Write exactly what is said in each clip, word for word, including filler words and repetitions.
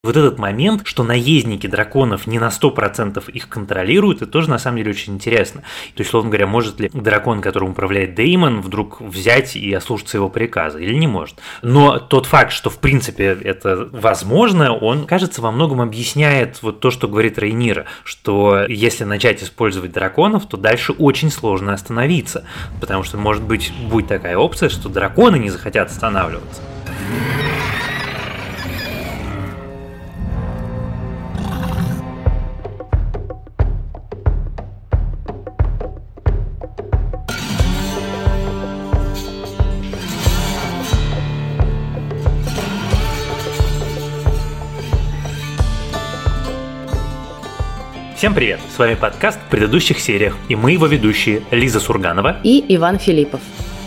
Вот этот момент, что наездники драконов не на сто процентов их контролируют, это тоже на самом деле очень интересно. То есть, условно говоря, может ли дракон, которым управляет Дэймон, вдруг взять и ослушаться его приказа, или не может. Но тот факт, что в принципе это возможно, он, кажется, во многом объясняет вот то, что говорит Рейнира, что если начать использовать драконов, то дальше очень сложно остановиться, потому что, может быть, будет такая опция, что драконы не захотят останавливаться. Всем привет! С вами подкаст в предыдущих сериях, и мы его ведущие Лиза Сурганова и Иван Филиппов.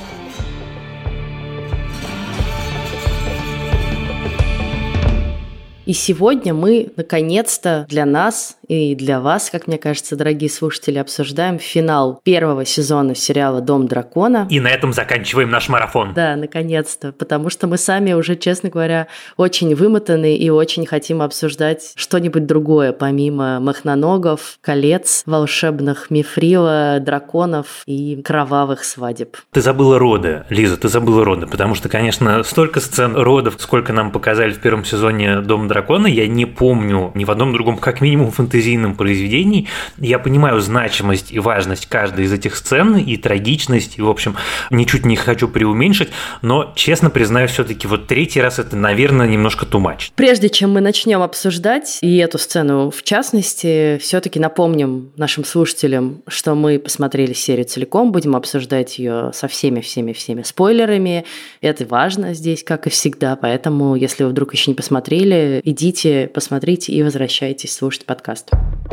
И сегодня мы, наконец-то, для нас и для вас, как мне кажется, дорогие слушатели, обсуждаем финал первого сезона сериала «Дом дракона». И на этом заканчиваем наш марафон. Да, наконец-то, потому что мы сами уже, честно говоря, очень вымотаны и очень хотим обсуждать что-нибудь другое, помимо махноногов, колец волшебных, мифрила, драконов и кровавых свадеб. Ты забыла роды, Лиза, ты забыла роды, потому что, конечно, столько сцен родов, сколько нам показали в первом сезоне «Дом дракона», я не помню ни в одном другом, как минимум, фэнтезийном произведении. Я понимаю значимость и важность каждой из этих сцен, и трагичность, и, в общем, ничуть не хочу преуменьшить, но, честно признаюсь, все-таки вот третий раз это, наверное, немножко too much. Прежде чем мы начнем обсуждать, и эту сцену в частности, все-таки напомним нашим слушателям, что мы посмотрели серию целиком, будем обсуждать ее со всеми-всеми-всеми спойлерами. Это важно здесь, как и всегда, поэтому, если вы вдруг еще не посмотрели, идите, посмотрите и возвращайтесь слушать подкаст.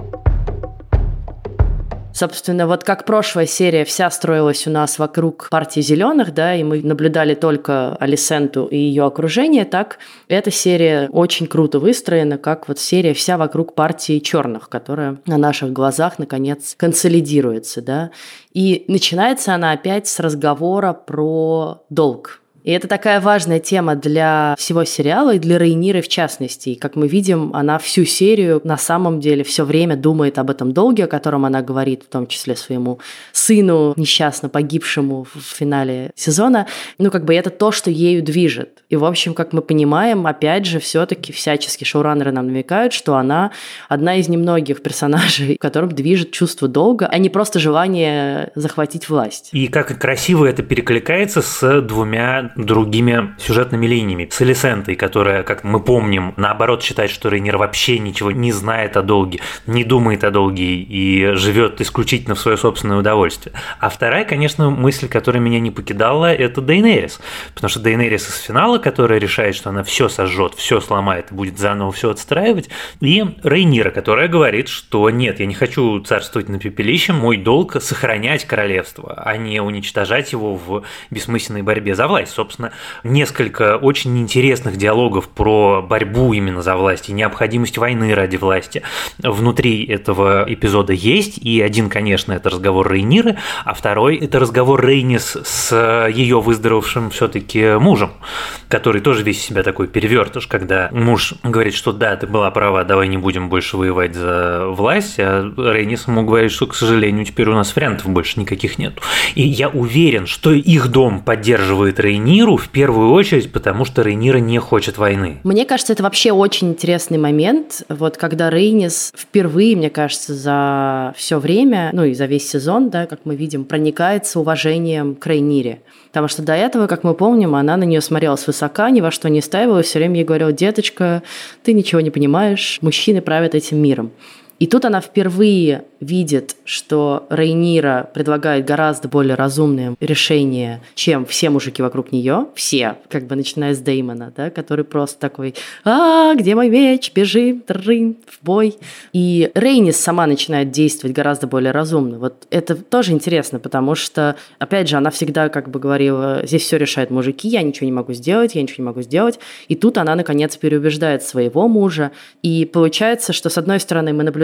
Собственно, вот как прошлая серия вся строилась у нас вокруг партии зеленых, да, и мы наблюдали только Алисенту и ее окружение, так эта серия очень круто выстроена, как вот серия вся вокруг партии черных, которая на наших глазах, наконец, консолидируется, да. И начинается она опять с разговора про долг. И это такая важная тема для всего сериала и для Рейниры в частности. И, как мы видим, она всю серию на самом деле все время думает об этом долге, о котором она говорит, в том числе своему сыну, несчастно погибшему в финале сезона. Ну, как бы это то, что ею движет. И, в общем, как мы понимаем, опять же, все-таки всячески шоураннеры нам намекают, что она одна из немногих персонажей, которым движет чувство долга, а не просто желание захватить власть. И как красиво это перекликается с двумя другими сюжетными линиями. С Алисентой, которая, как мы помним, наоборот считает, что Рейнир вообще ничего не знает о долге, не думает о долге и живет исключительно в свое собственное удовольствие. А вторая, конечно, мысль, которая меня не покидала, это Дейенерис. Потому что Дейенерис из финала, которая решает, что она все сожжет, все сломает и будет заново все отстраивать, и Рейнира, которая говорит, что нет, я не хочу царствовать на пепелище, мой долг сохранять королевство, а не уничтожать его в бессмысленной борьбе за власть. Собственно, несколько очень интересных диалогов про борьбу именно за власть и необходимость войны ради власти внутри этого эпизода есть. И один, конечно, это разговор Рейниры, а второй – это разговор Рейнис с ее выздоровевшим все-таки мужем, который тоже весь из себя такой перевертыш, когда муж говорит, что да, ты была права, давай не будем больше воевать за власть, а Рейнис ему говорит, что, к сожалению, теперь у нас вариантов больше никаких нет. И я уверен, что их дом поддерживает Рейниру в первую очередь, потому что Рейнира не хочет войны. Мне кажется, это вообще очень интересный момент, вот когда Рейнис впервые, мне кажется, за все время, ну и за весь сезон, да, как мы видим, проникается уважением к Рейнире. Потому что до этого, как мы помним, она на нее смотрела свысока, ни во что не ставила, все время ей говорила: деточка, ты ничего не понимаешь, мужчины правят этим миром. И тут она впервые видит, что Рейнира предлагает гораздо более разумное решение, чем все мужики вокруг нее, все, как бы начиная с Дэймона, да, который просто такой: а, где мой меч, бежим, трын, в бой. И Рейнис сама начинает действовать гораздо более разумно. Вот это тоже интересно, потому что, опять же, она всегда как бы говорила: здесь все решают мужики, я ничего не могу сделать, я ничего не могу сделать. И тут она, наконец, переубеждает своего мужа. И получается, что, с одной стороны, мы наблюдаем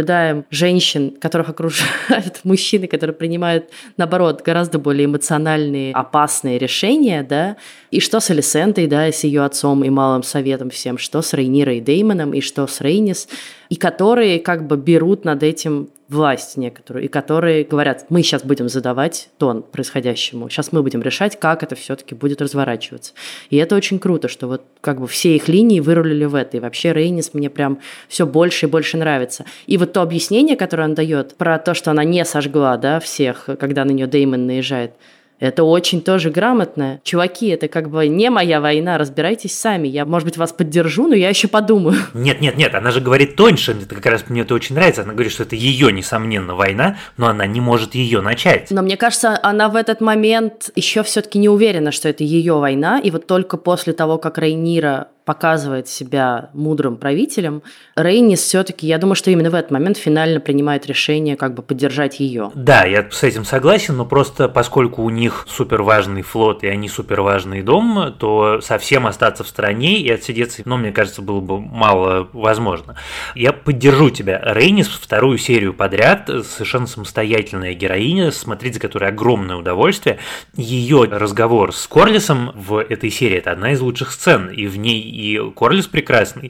наблюдаем женщин, которых окружают мужчины, которые принимают, наоборот, гораздо более эмоциональные, опасные решения, да, и что с Алисентой, да, и с ее отцом и Малым Советом всем, что с Рейнирой и Деймоном, и что с Рейнис, и которые как бы берут над этим власть некоторую, и которые говорят, мы сейчас будем задавать тон происходящему, сейчас мы будем решать, как это все-таки будет разворачиваться. И это очень круто, что вот как бы все их линии вырулили в это, и вообще Рейнис мне прям все больше и больше нравится. И вот то объяснение, которое он дает про то, что она не сожгла, да, всех, когда на нее Деймон наезжает, это очень тоже грамотно. Чуваки, это как бы не моя война, разбирайтесь сами. Я, может быть, вас поддержу, но я еще подумаю. Нет-нет-нет, она же говорит тоньше, это как раз мне это очень нравится. Она говорит, что это ее, несомненно, война, но она не может ее начать. Но мне кажется, она в этот момент еще все-таки не уверена, что это ее война, и вот только после того, как Рейнира показывает себя мудрым правителем, Рейнис все-таки, я думаю, что именно в этот момент финально принимает решение как бы поддержать ее. Да, я с этим согласен, но просто поскольку у них супер важный флот и они супер важный дом, то совсем остаться в стороне и отсидеться, ну, мне кажется, было бы мало возможно. Я поддержу тебя. Рейнис вторую серию подряд, совершенно самостоятельная героиня, смотреть за которой огромное удовольствие. Ее разговор с Корлисом в этой серии – это одна из лучших сцен, и в ней и Корлис прекрасный,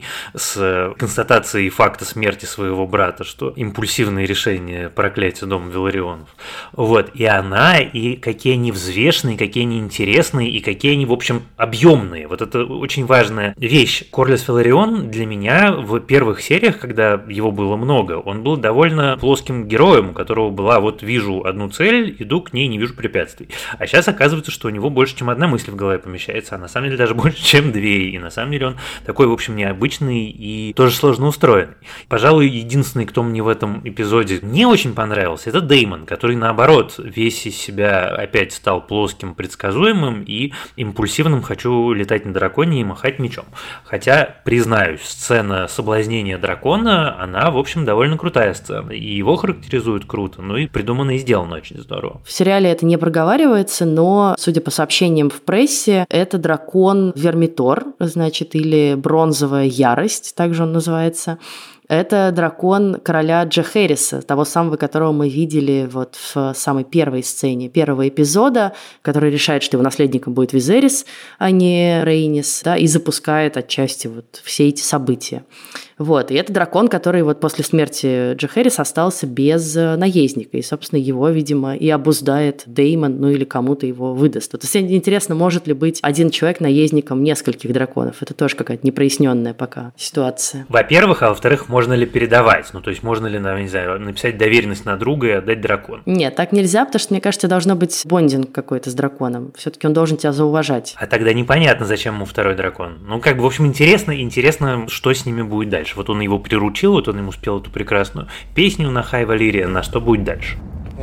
с констатацией факта смерти своего брата, что импульсивные решения проклятия дома Виларионов. Вот, и она, и какие они взвешенные, какие они интересные, и какие они, в общем, объемные. Вот это очень важная вещь. Корлис Виларион для меня в первых сериях, когда его было много, он был довольно плоским героем, у которого была вот вижу одну цель, иду к ней, не вижу препятствий. А сейчас оказывается, что у него больше, чем одна мысль в голове помещается, а на самом деле даже больше, чем две, и на самом деле он такой, в общем, необычный и тоже сложно устроенный. Пожалуй, единственный, кто мне в этом эпизоде не очень понравился, это Деймон, который, наоборот, весь из себя опять стал плоским, предсказуемым и импульсивным, хочу летать на драконе и махать мечом. Хотя, признаюсь, сцена соблазнения дракона, она, в общем, довольно крутая сцена, и его характеризуют круто, ну и придумано и сделано очень здорово. В сериале это не проговаривается, но, судя по сообщениям в прессе, это дракон Вермитор, значит, или бронзовая ярость, также он называется. Это дракон короля Джахериса, того самого, которого мы видели вот в самой первой сцене первого эпизода, который решает, что его наследником будет Визерис, а не Рейнис, да, и запускает отчасти вот все эти события. Вот, и это дракон, который вот после смерти Джахериса остался без наездника, и, собственно, его, видимо, и обуздает Деймон, ну или кому-то его выдаст. Вот, если интересно, может ли быть один человек наездником нескольких драконов. Это тоже какая-то непроясненная пока ситуация. Во-первых, а во-вторых, можно ли передавать? Ну, то есть, можно ли, не знаю, написать доверенность на друга и отдать дракон? Нет, так нельзя, потому что, мне кажется, должно быть бондинг какой-то с драконом. Все-таки он должен тебя зауважать. А тогда непонятно, зачем ему второй дракон. Ну, как бы, в общем, интересно, интересно, что с ними будет дальше. Вот он его приручил, вот он ему спел эту прекрасную песню на Хай Валирия, на что будет дальше?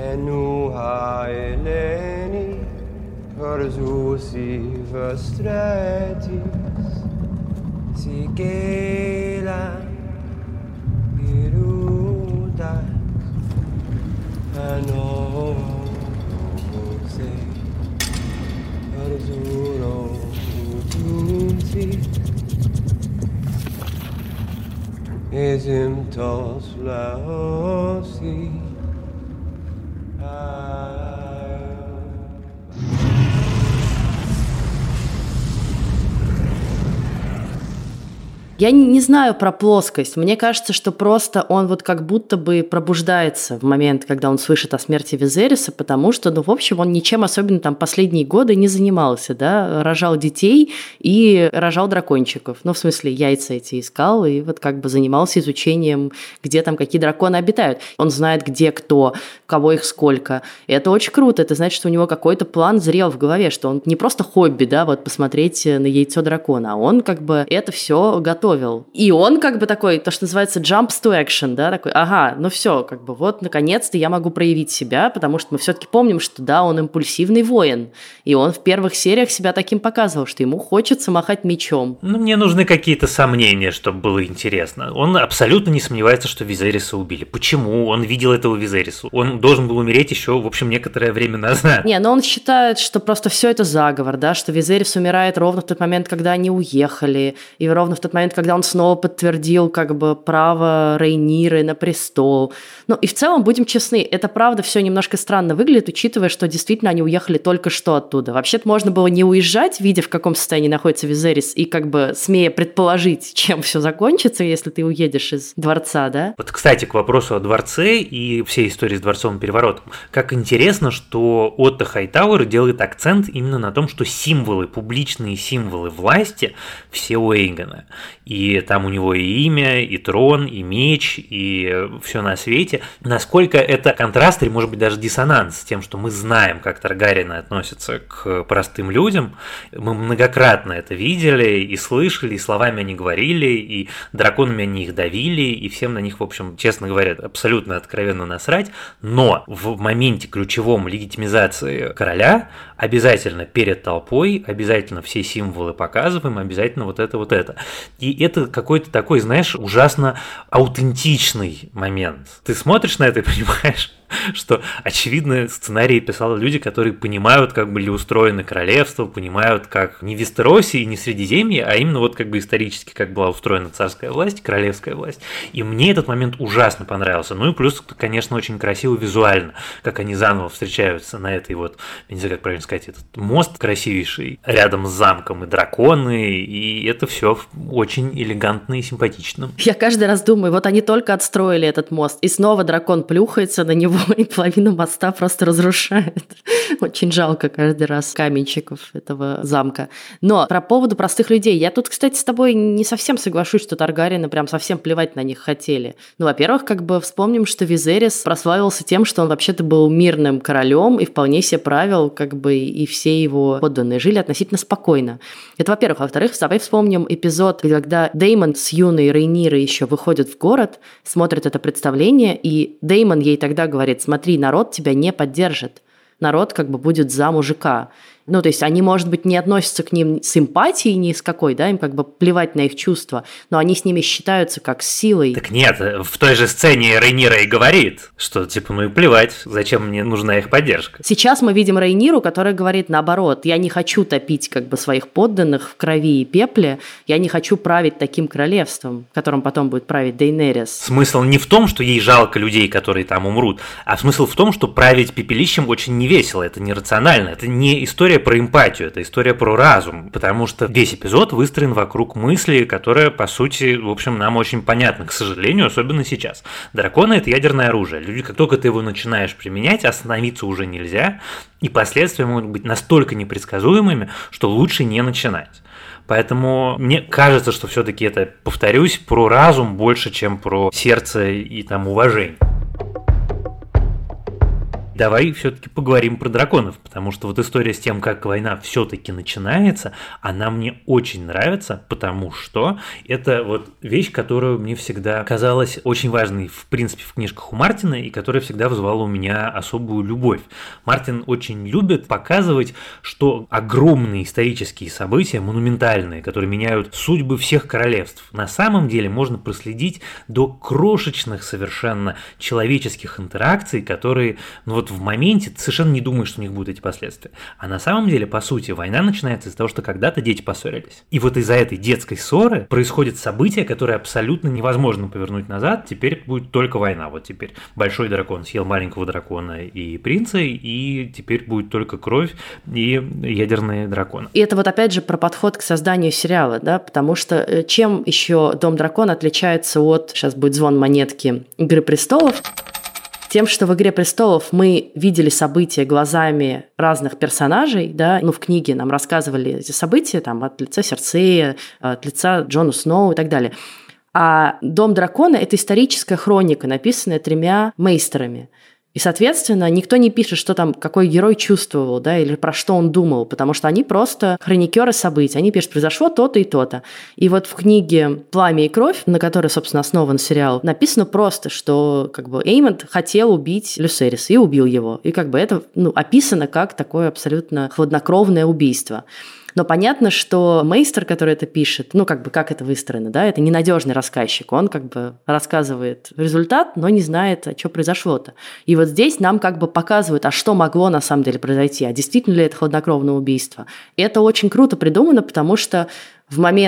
Ezim tos laosi. Я не, не знаю про плоскость. Мне кажется, что просто он вот как будто бы пробуждается в момент, когда он слышит о смерти Визериса, потому что, ну, в общем, он ничем особенно там последние годы не занимался, да, рожал детей и рожал дракончиков. Ну, в смысле, яйца эти искал и вот как бы занимался изучением, где там какие драконы обитают. Он знает, где кто, кого их сколько. И это очень круто. Это значит, что у него какой-то план зрел в голове, что он не просто хобби, да, вот посмотреть на яйцо дракона, а он как бы это все готов. И он как бы такой, то, что называется jumps to action, да, такой, ага, ну все, как бы вот, наконец-то я могу проявить себя, потому что мы все-таки помним, что да, он импульсивный воин, и он в первых сериях себя таким показывал, что ему хочется махать мечом. Ну, мне нужны какие-то сомнения, чтобы было интересно. Он абсолютно не сомневается, что Визериса убили. Почему? Он видел этого Визерису. Он должен был умереть еще, в общем, некоторое время назад. Не, но он считает, что просто все это заговор, да, что Визерис умирает ровно в тот момент, когда они уехали, и ровно в тот момент, момент, когда он снова подтвердил как бы право Рейниры на престол. Ну и в целом, будем честны, это правда все немножко странно выглядит, учитывая, что действительно они уехали только что оттуда. Вообще-то можно было не уезжать, видя, в каком состоянии находится Визерис, и как бы смея предположить, чем все закончится, если ты уедешь из дворца, да? Вот, кстати, к вопросу о дворце и всей истории с дворцовым переворотом. Как интересно, что Отто Хайтауэр делает акцент именно на том, что символы, публичные символы власти все у Эйгона. И там у него и имя, и трон, и меч, и все на свете. Насколько это контраст или, может быть, даже диссонанс с тем, что мы знаем, как Таргариены относятся к простым людям. Мы многократно это видели и слышали, и словами они говорили, и драконами они их давили, и всем на них, в общем, честно говоря, абсолютно откровенно насрать. Но в моменте ключевом легитимизации короля обязательно перед толпой, обязательно все символы показываем, обязательно вот это, вот это. И это какой-то такой, знаешь, ужасно аутентичный момент. Ты смотришь на это и понимаешь, что, очевидно, сценарии писали люди, которые понимают, как были устроены королевства, понимают, как не в Вестеросе и не в Средиземье, а именно вот как бы исторически, как была устроена царская власть, королевская власть. И мне этот момент ужасно понравился. Ну и плюс, конечно, очень красиво визуально, как они заново встречаются на этой вот, я не знаю, как правильно сказать, этот мост красивейший, рядом с замком и драконы, и это все очень элегантно и симпатично. Я каждый раз думаю, вот они только отстроили этот мост, и снова дракон плюхается на него, и половину моста просто разрушает. Очень жалко каждый раз каменщиков этого замка. Но про поводу простых людей. Я тут, кстати, с тобой не совсем соглашусь, что Таргариены прям совсем плевать на них хотели. Ну, во-первых, как бы вспомним, что Визерис прославился тем, что он вообще-то был мирным королем и вполне себе правил, как бы, и все его подданные жили относительно спокойно. Это, во-первых. Во-вторых, давай вспомним эпизод, когда Деймон с юной Рейнирой еще выходит в город, смотрит это представление, и Деймон ей тогда говорит: смотри, народ тебя не поддержит. Народ как бы будет за мужика. Ну, то есть они, может быть, не относятся к ним с эмпатией ни с какой, да, им как бы плевать на их чувства, но они с ними считаются как с силой. Так нет, в той же сцене Рейнира и говорит, что типа, ну и плевать, зачем мне нужна их поддержка. Сейчас мы видим Рейниру, которая говорит наоборот: я не хочу топить как бы своих подданных в крови и пепле, я не хочу править таким королевством, которым потом будет править Дейнерис. Смысл не в том, что ей жалко людей, которые там умрут, а смысл в том, что править пепелищем очень невесело, это нерационально, это не история про эмпатию, это история про разум, потому что весь эпизод выстроен вокруг мысли, которая, по сути, в общем, нам очень понятна, к сожалению, особенно сейчас. Драконы – это ядерное оружие. Люди, как только ты его начинаешь применять, остановиться уже нельзя, и последствия могут быть настолько непредсказуемыми, что лучше не начинать. Поэтому мне кажется, что все-таки это, повторюсь, про разум больше, чем про сердце и там уважение. Давай все-таки поговорим про драконов, потому что вот история с тем, как война все-таки начинается, она мне очень нравится, потому что это вот вещь, которую мне всегда казалась очень важной, в принципе, в книжках у Мартина, и которая всегда вызывала у меня особую любовь. Мартин очень любит показывать, что огромные исторические события, монументальные, которые меняют судьбы всех королевств, на самом деле можно проследить до крошечных совершенно человеческих интеракций, которые, ну вот в моменте ты совершенно не думаешь, что у них будут эти последствия. А на самом деле, по сути, война начинается из-за того, что когда-то дети поссорились. И вот из-за этой детской ссоры происходит событие, которое абсолютно невозможно повернуть назад. Теперь будет только война. Вот теперь большой дракон съел маленького дракона и принца, и теперь будет только кровь и ядерные драконы. И это вот опять же про подход к созданию сериала, да, потому что чем еще «Дом дракона» отличается от, сейчас будет звон монетки, «Игры престолов», тем, что в «Игре престолов» мы видели события глазами разных персонажей, да, ну, в книге нам рассказывали эти события там, от лица Серсея, от лица Джона Сноу и так далее. А «Дом дракона» – это историческая хроника, написанная тремя мейстерами. И, соответственно, никто не пишет, что там какой герой чувствовал, да, или про что он думал, потому что они просто хроникеры событий. Они пишут: произошло то-то и то-то. И вот в книге «Пламя и кровь», на которой, собственно, основан сериал, написано просто, что как бы Эймонд хотел убить Люсериса и убил его. И как бы это, ну, описано как такое абсолютно хладнокровное убийство. Но понятно, что мейстер, который это пишет, ну, как бы, как это выстроено, да, это ненадежный рассказчик, он как бы рассказывает результат, но не знает, а что произошло-то. И вот здесь нам как бы показывают, а что могло на самом деле произойти, а действительно ли это хладнокровное убийство. И это очень круто придумано, потому что в момент,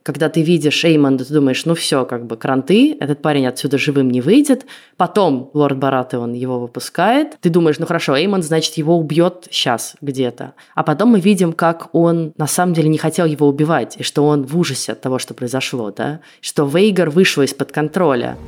когда ты видишь Эймонда, ты думаешь, ну все, как бы кранты, этот парень отсюда живым не выйдет. Потом лорд Баратеон его выпускает. Ты думаешь, ну хорошо, Эймонд, значит, его убьет сейчас где-то. А потом мы видим, как он на самом деле не хотел его убивать, и что он в ужасе от того, что произошло, да? Что Вейгар вышла из-под контроля.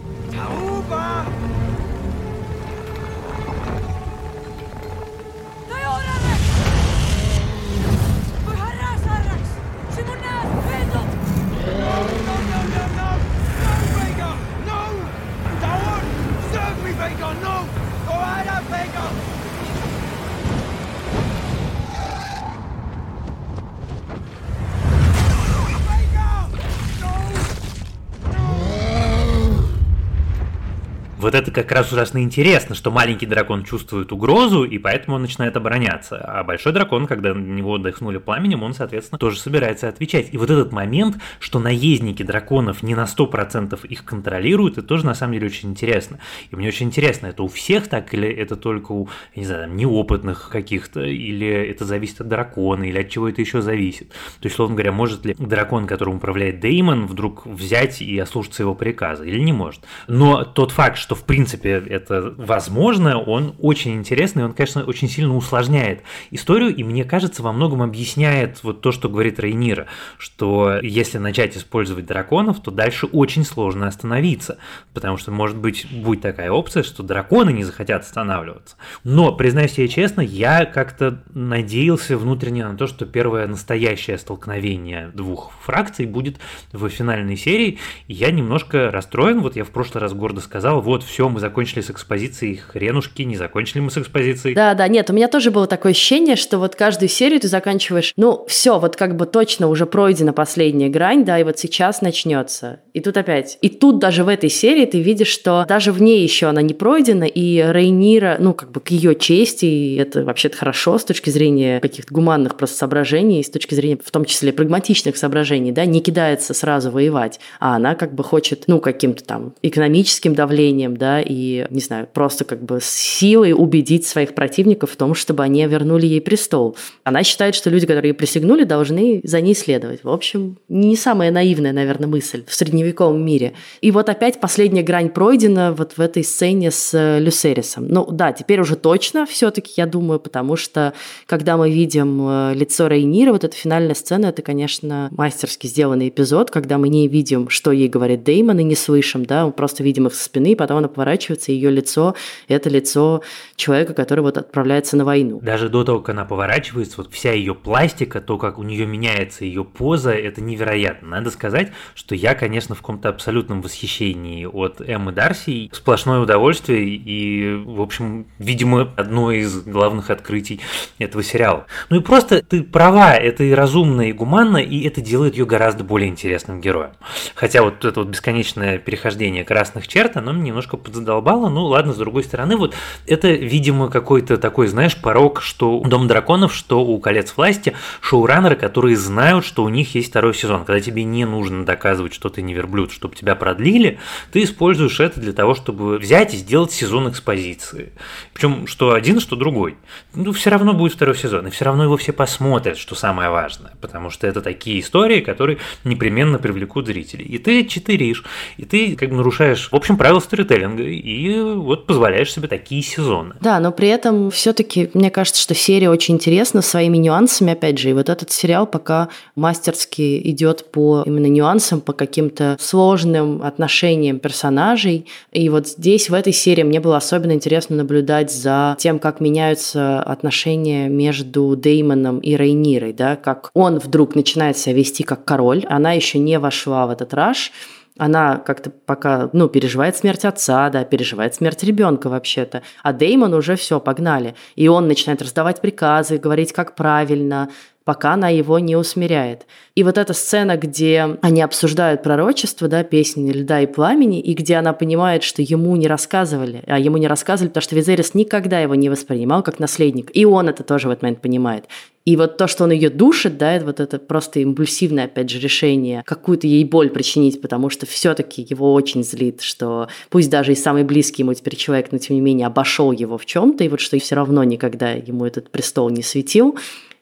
Вот это как раз ужасно интересно, что маленький дракон чувствует угрозу, и поэтому он начинает обороняться. А большой дракон, когда на него дыхнули пламенем, он, соответственно, тоже собирается отвечать. И вот этот момент, что наездники драконов не на сто процентов их контролируют, это тоже на самом деле очень интересно. И мне очень интересно, это у всех так, или это только у, я не знаю, там, неопытных каких-то, или это зависит от дракона, или от чего это еще зависит. То есть, словно говоря, может ли дракон, которым управляет Деймон, вдруг взять и ослушаться его приказа, или не может. Но тот факт, что что в принципе это возможно, он очень интересный, он, конечно, очень сильно усложняет историю, и мне кажется, во многом объясняет вот то, что говорит Рейнира, что если начать использовать драконов, то дальше очень сложно остановиться, потому что, может быть, будет такая опция, что драконы не захотят останавливаться. Но, признаюсь себе честно, я как-то надеялся внутренне на то, что первое настоящее столкновение двух фракций будет в финальной серии, и я немножко расстроен, вот я в прошлый раз гордо сказал, вот, все, мы закончили с экспозицией, хренушки, не закончили мы с экспозицией. Да, да, нет, у меня тоже было такое ощущение, что вот каждую серию ты заканчиваешь, ну, все, вот как бы точно уже пройдена последняя грань, да, и вот сейчас начнется. И тут опять. И тут даже в этой серии ты видишь, что даже в ней еще она не пройдена, и Рейнира, ну, как бы к ее чести, и это вообще-то хорошо с точки зрения каких-то гуманных просто соображений, с точки зрения, в том числе, прагматичных соображений, да, не кидается сразу воевать, а она как бы хочет, ну, каким-то там экономическим давлением, да, и, не знаю, просто как бы с силой убедить своих противников в том, чтобы они вернули ей престол. Она считает, что люди, которые ей присягнули, должны за ней следовать. В общем, не самая наивная, наверное, мысль в средневековом мире. И вот опять последняя грань пройдена вот в этой сцене с Люсерисом. Ну да, теперь уже точно все-таки, я думаю, потому что когда мы видим лицо Рейниры, вот эта финальная сцена, это, конечно, мастерски сделанный эпизод, когда мы не видим, что ей говорит Деймон, и не слышим, да, мы просто видим их со спины, и потом она поворачивается, и ее лицо – это лицо человека, который вот отправляется на войну. Даже до того, как она поворачивается, вот вся ее пластика, то, как у нее меняется ее поза, это невероятно. Надо сказать, что я, конечно, в каком-то абсолютном восхищении от Эммы Дарси, сплошное удовольствие и, в общем, видимо, одно из главных открытий этого сериала. Ну и просто ты права, это и разумно, и гуманно, и это делает ее гораздо более интересным героем. Хотя вот это вот бесконечное перехождение красных черт, оно мне немножко подзадолбало, ну ладно, с другой стороны, вот это, видимо, какой-то такой, знаешь, порог, что у Дома драконов, что у Колец власти, шоураннеры, которые знают, что у них есть второй сезон. Когда тебе не нужно доказывать, что ты не верблюд, чтобы тебя продлили, ты используешь это для того, чтобы взять и сделать сезон экспозиции. Причем что один, что другой. Ну, все равно будет второй сезон, и все равно его все посмотрят, что самое важное, потому что это такие истории, которые непременно привлекут зрителей. И ты читеришь, и ты как бы нарушаешь, в общем, правила сторителлинга, и вот позволяешь себе такие сезоны. Да, но при этом все-таки мне кажется, что серия очень интересна своими нюансами, опять же, и вот этот сериал пока мастерски идет по именно нюансам, по каким-то сложным отношениям персонажей, и вот здесь, в этой серии, мне было особенно интересно наблюдать за тем, как меняются отношения между Деймоном и Рейнирой, да, как он вдруг начинает себя вести как король, она еще не вошла в этот раж, она как-то пока, ну, переживает смерть отца, да, переживает смерть ребенка вообще-то, а Деймон уже все, погнали. И он начинает раздавать приказы, говорить, как правильно, пока она его не усмиряет. И вот эта сцена, где они обсуждают пророчество, да, песни «Льда и пламени», и где она понимает, что ему не рассказывали, а ему не рассказывали, потому что Визерис никогда его не воспринимал как наследник, и он это тоже в этот момент понимает. И вот то, что он ее душит, да, вот это просто импульсивное, опять же, решение какую-то ей боль причинить, потому что все-таки его очень злит, что пусть даже и самый близкий ему теперь человек, но тем не менее обошел его в чем-то, и вот что все равно никогда ему этот престол не светил.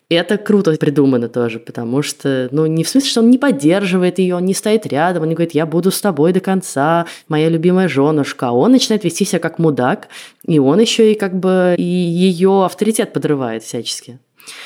И это круто придумано тоже, потому что, ну, не в смысле, что он не поддерживает ее, он не стоит рядом, он не говорит, я буду с тобой до конца, моя любимая женушка, а он начинает вести себя как мудак, и он еще и как бы и ее авторитет подрывает всячески.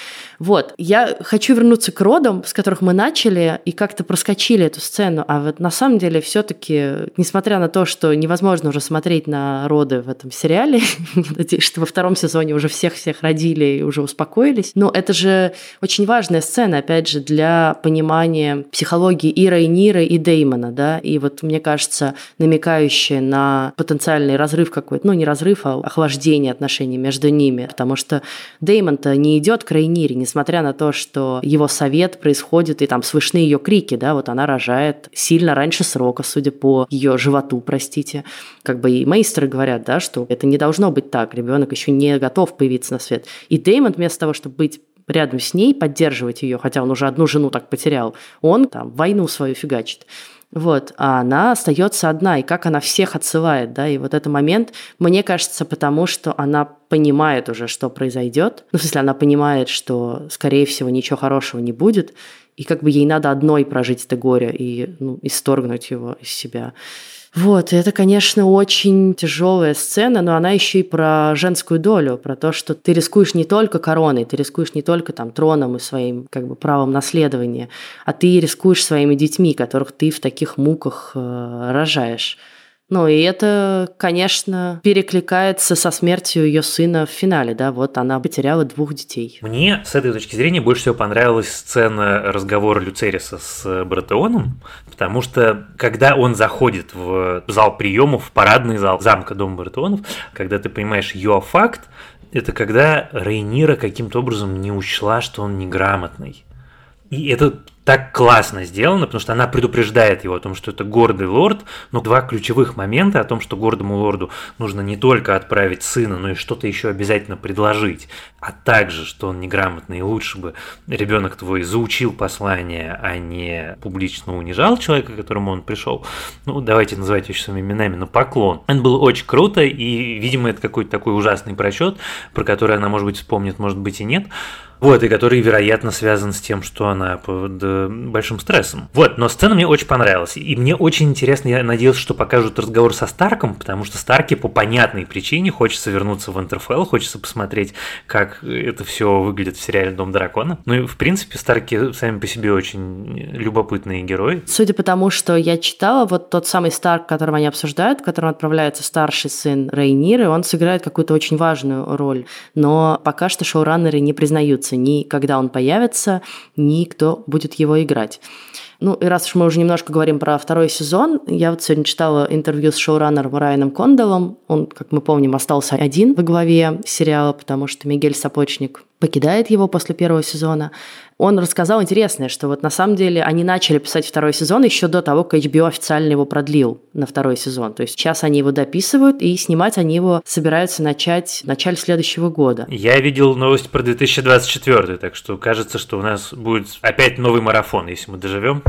Вот, я хочу вернуться к родам, с которых мы начали, и как-то проскочили эту сцену, а вот на самом деле все-таки, несмотря на то, что невозможно уже смотреть на роды в этом сериале, надеюсь, что во втором сезоне уже всех-всех родили и уже успокоились, но это же очень важная сцена, опять же, для понимания психологии и Рейниры, и Деймона, да, и вот, мне кажется, намекающая на потенциальный разрыв какой-то, ну, не разрыв, а охлаждение отношений между ними, потому что Деймон-то не идет к Рейнире, не несмотря на то, что его совет происходит, и там слышны ее крики, да, вот она рожает сильно раньше срока, судя по ее животу, простите. Как бы и мейстеры говорят, да, что это не должно быть так, ребенок еще не готов появиться на свет. И Деймон вместо того, чтобы быть рядом с ней, поддерживать ее, хотя он уже одну жену так потерял, он там войну свою фигачит. Вот, а она остается одна, и как она всех отсылает, да, и вот этот момент, мне кажется, потому что она понимает уже, что произойдет, ну, в смысле, она понимает, что, скорее всего, ничего хорошего не будет, и как бы ей надо одной прожить это горе и, ну, исторгнуть его из себя. Вот, и это, конечно, очень тяжелая сцена, но она еще и про женскую долю, про то, что ты рискуешь не только короной, ты рискуешь не только там троном и своим как бы правом наследования, а ты рискуешь своими детьми, которых ты в таких муках э, рожаешь. Ну, и это, конечно, перекликается со смертью ее сына в финале, да, вот она потеряла двух детей. Мне с этой точки зрения больше всего понравилась сцена разговора Люцериса с Баратеоном, потому что, когда он заходит в зал приемов, в парадный зал замка дома Баратеонов, когда ты понимаешь ее факт, это когда Рейнира каким-то образом не учла, что он неграмотный. И это так классно сделано, потому что она предупреждает его о том, что это гордый лорд, но два ключевых момента о том, что гордому лорду нужно не только отправить сына, но и что-то еще обязательно предложить, а также, что он неграмотный, и лучше бы ребенок твой заучил послание, а не публично унижал человека, к которому он пришел. Ну, давайте называть вещи своими именами, на поклон. Это было очень круто, и, видимо, это какой-то такой ужасный просчет, про который она, может быть, вспомнит, может быть, и нет. Вот, и который, вероятно, связан с тем, что она под э, большим стрессом. Вот, но сцена мне очень понравилась. И мне очень интересно, я надеялся, что покажут разговор со Старком, потому что Старке по понятной причине хочется вернуться в Интерфелл, хочется посмотреть, как это все выглядит в сериале «Дом дракона». Ну и, в принципе, Старки сами по себе очень любопытные герои. Судя по тому, что я читала, вот тот самый Старк, которого они обсуждают, к которому отправляется старший сын Рейниры, он сыграет какую-то очень важную роль. Но пока что шоураннеры не признаются ни когда он появится, ни кто будет его играть. Ну, и раз уж мы уже немножко говорим про второй сезон, я вот сегодня читала интервью с шоураннером Райаном Конделлом. Он, как мы помним, остался один во главе сериала, потому что Мигель Сапочник покидает его после первого сезона. Он рассказал интересное, что вот на самом деле они начали писать второй сезон еще до того, как эйч би о официально его продлил на второй сезон. То есть сейчас они его дописывают, и снимать они его собираются начать в начале следующего года. Я видел новость про две тысячи двадцать четвёртый, так что кажется, что у нас будет опять новый марафон, если мы доживем.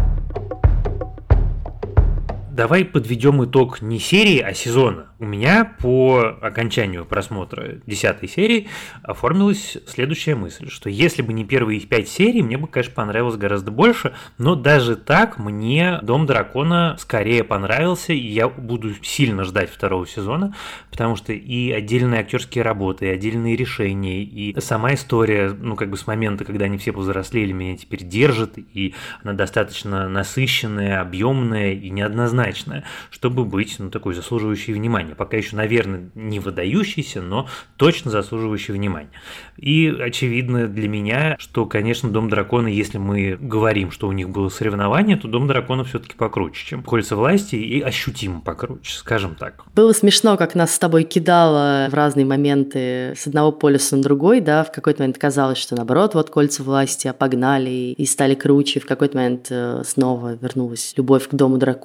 Давай подведем итог не серии, а сезона. У меня по окончанию просмотра десятой серии оформилась следующая мысль, что если бы не первые пять серий, мне бы, конечно, понравилось гораздо больше, но даже так мне «Дом дракона» скорее понравился, и я буду сильно ждать второго сезона, потому что и отдельные актерские работы, и отдельные решения, и сама история, ну, как бы с момента, когда они все повзрослели, меня теперь держит, и она достаточно насыщенная, объемная и неоднозначная, чтобы быть, ну, такой заслуживающей внимания. Пока еще, наверное, не выдающийся, но точно заслуживающий внимания. И очевидно для меня, что, конечно, «Дом дракона», если мы говорим, что у них было соревнование, то «Дом дракона» все-таки покруче, чем «Кольца власти», и ощутимо покруче, скажем так. Было смешно, как нас с тобой кидало в разные моменты с одного полюса на другой, да, в какой-то момент казалось, что наоборот, вот «Кольца власти» погнали и стали круче, в какой-то момент снова вернулась любовь к «Дому дракона»,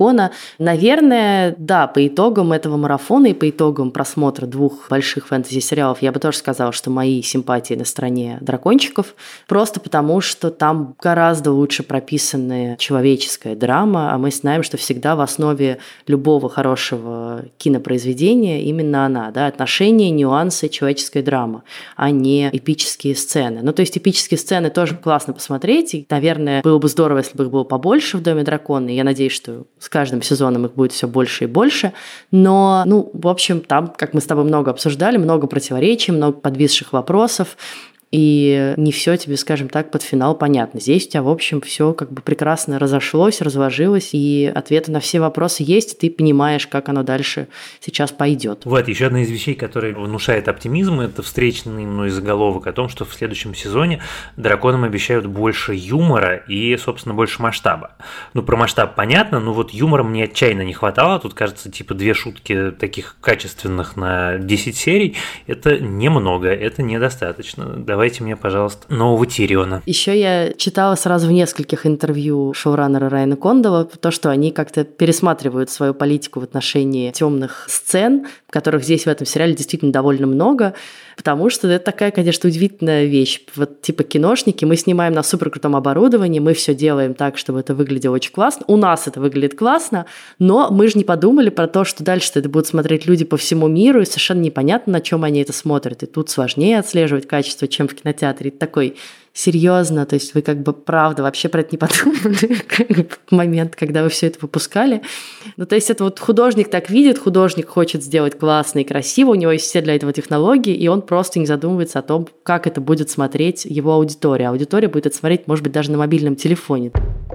Наверное, да, по итогам этого марафона и по итогам просмотра двух больших фэнтези-сериалов я бы тоже сказала, что мои симпатии на стороне дракончиков, просто потому, что там гораздо лучше прописанная человеческая драма, а мы знаем, что всегда в основе любого хорошего кинопроизведения именно она, да, отношения, нюансы, человеческая драма, а не эпические сцены. Ну, то есть эпические сцены тоже классно посмотреть, и, наверное, было бы здорово, если бы их было побольше в «Доме дракона», и я надеюсь, что с каждым сезоном их будет все больше и больше, но, ну, в общем, там, как мы с тобой много обсуждали, много противоречий, много подвисших вопросов, и не все тебе, скажем так, под финал понятно. Здесь у тебя, в общем, все как бы прекрасно разошлось, разложилось, и ответы на все вопросы есть, и ты понимаешь, как оно дальше сейчас пойдет. Вот, еще одна из вещей, которая внушает оптимизм, это встречный мной заголовок о том, что в следующем сезоне драконам обещают больше юмора и, собственно, больше масштаба. Ну, про масштаб понятно, но вот юмора мне отчаянно не хватало. Тут, кажется, типа две шутки таких качественных на десять серий. Это немного, это недостаточно. Давайте мне, пожалуйста, нового Тириона. Еще я читала сразу в нескольких интервью шоураннера Райана Кондала то, что они как-то пересматривают свою политику в отношении темных сцен, которых здесь в этом сериале действительно довольно много, потому что это такая, конечно, удивительная вещь. Вот типа киношники, мы снимаем на суперкрутом оборудовании, мы все делаем так, чтобы это выглядело очень классно. У нас это выглядит классно, но мы же не подумали про то, что дальше это будут смотреть люди по всему миру, и совершенно непонятно, на чем они это смотрят. И тут сложнее отслеживать качество, чем в кинотеатре. Это такой серьезно, то есть вы как бы правда вообще про это не подумали в момент, когда вы все это выпускали. Ну, то есть это вот художник так видит, художник хочет сделать классно и красиво, у него есть все для этого технологии, и он просто не задумывается о том, как это будет смотреть его аудитория. Аудитория будет это смотреть, может быть, даже на мобильном телефоне.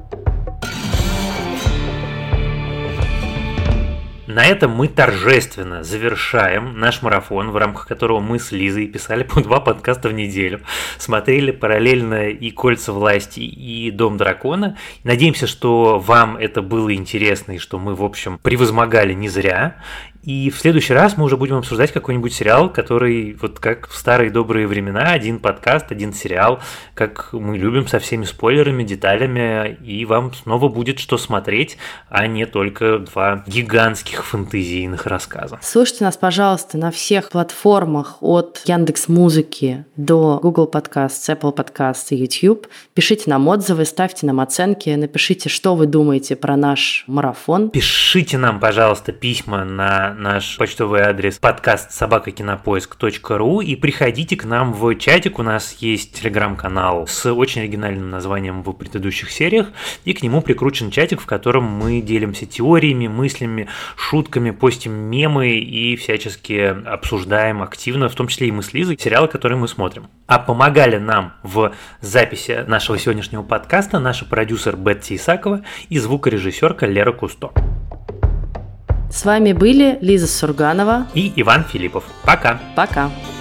На этом мы торжественно завершаем наш марафон, в рамках которого мы с Лизой писали по два подкаста в неделю, смотрели параллельно и «Кольца власти», и «Дом дракона». Надеемся, что вам это было интересно и что мы, в общем, превозмогали не зря. И в следующий раз мы уже будем обсуждать какой-нибудь сериал, который, вот как в старые добрые времена, один подкаст, один сериал, как мы любим, со всеми спойлерами, деталями, и вам снова будет что смотреть, а не только два гигантских фэнтезийных рассказа. Слушайте нас, пожалуйста, на всех платформах от Яндекс.Музыки до Google Podcasts, Apple Podcasts и YouTube. Пишите нам отзывы, ставьте нам оценки, напишите, что вы думаете про наш марафон. Пишите нам, пожалуйста, письма на наш почтовый адрес подкаст собака кинопоиск точка ру и приходите к нам в чатик. У нас есть телеграм-канал с очень оригинальным названием в предыдущих сериях, и к нему прикручен чатик, в котором мы делимся теориями, мыслями, шутками, постим мемы и всячески обсуждаем активно, в том числе и мы с Лизой, сериалы, которые мы смотрим. А помогали нам в записи нашего сегодняшнего подкаста наша продюсер Бетти Исакова и звукорежиссерка Лера Кусто. С вами были Лиза Сурганова и Иван Филиппов. Пока! Пока!